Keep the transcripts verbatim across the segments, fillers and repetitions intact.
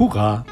Hurra!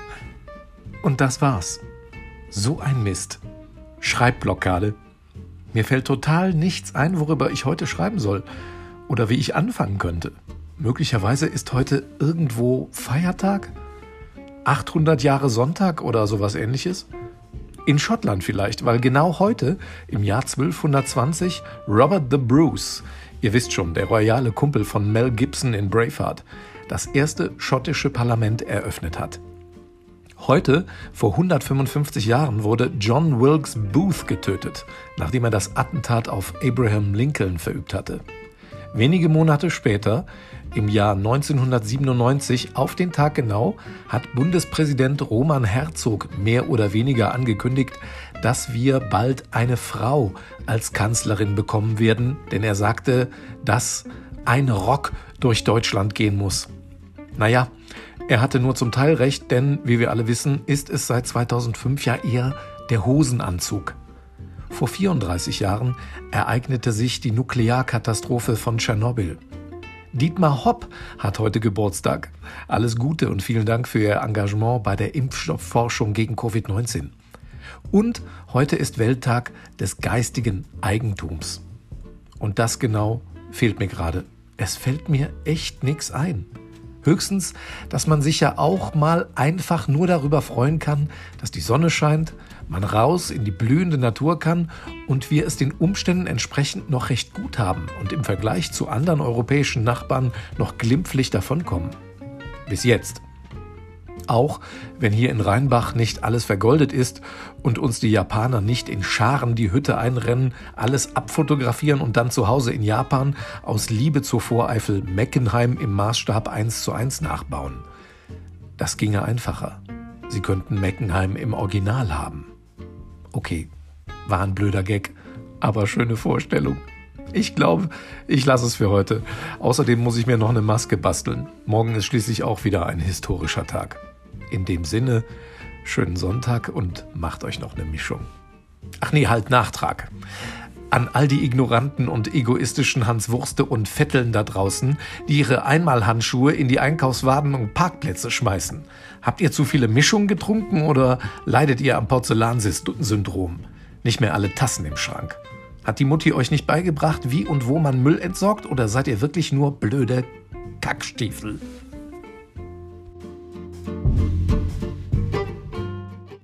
Und das war's. So ein Mist. Schreibblockade. Mir fällt total nichts ein, worüber ich heute schreiben soll oder wie ich anfangen könnte. Möglicherweise ist heute irgendwo Feiertag? achthundert Jahre Sonntag oder sowas Ähnliches? In Schottland vielleicht, weil genau heute, im Jahr zwölfhundertzwanzig, Robert the Bruce, ihr wisst schon, der royale Kumpel von Mel Gibson in Braveheart, das erste schottische Parlament eröffnet hat. Heute, vor hundertfünfundfünfzig Jahren, wurde John Wilkes Booth getötet, nachdem er das Attentat auf Abraham Lincoln verübt hatte. Wenige Monate später, im Jahr neunzehnhundertsiebenundneunzig, auf den Tag genau, hat Bundespräsident Roman Herzog mehr oder weniger angekündigt, dass wir bald eine Frau als Kanzlerin bekommen werden, denn er sagte, dass ein Rock durch Deutschland gehen muss. Naja, er hatte nur zum Teil recht, denn, wie wir alle wissen, ist es seit zweitausendfünf ja eher der Hosenanzug. Vor vierunddreißig Jahren ereignete sich die Nuklearkatastrophe von Tschernobyl. Dietmar Hopp hat heute Geburtstag. Alles Gute und vielen Dank für Ihr Engagement bei der Impfstoffforschung gegen Covid neunzehn. Und heute ist Welttag des geistigen Eigentums. Und das genau fehlt mir gerade. Es fällt mir echt nichts ein. Höchstens, dass man sich ja auch mal einfach nur darüber freuen kann, dass die Sonne scheint, man raus in die blühende Natur kann und wir es den Umständen entsprechend noch recht gut haben und im Vergleich zu anderen europäischen Nachbarn noch glimpflich davonkommen. Bis jetzt. Auch wenn hier in Rheinbach nicht alles vergoldet ist und uns die Japaner nicht in Scharen die Hütte einrennen, alles abfotografieren und dann zu Hause in Japan aus Liebe zur Voreifel Meckenheim im Maßstab eins zu eins nachbauen. Das ginge einfacher. Sie könnten Meckenheim im Original haben. Okay, war ein blöder Gag, aber schöne Vorstellung. Ich glaube, ich lasse es für heute. Außerdem muss ich mir noch eine Maske basteln. Morgen ist schließlich auch wieder ein historischer Tag. In dem Sinne, schönen Sonntag und macht euch noch eine Mischung. Ach nee, halt Nachtrag. An all die ignoranten und egoistischen Hanswurste und Vetteln da draußen, die ihre Einmalhandschuhe in die Einkaufswagen und Parkplätze schmeißen. Habt ihr zu viele Mischungen getrunken oder leidet ihr am Porzellansyndrom? Nicht mehr alle Tassen im Schrank. Hat die Mutti euch nicht beigebracht, wie und wo man Müll entsorgt, oder seid ihr wirklich nur blöde Kackstiefel?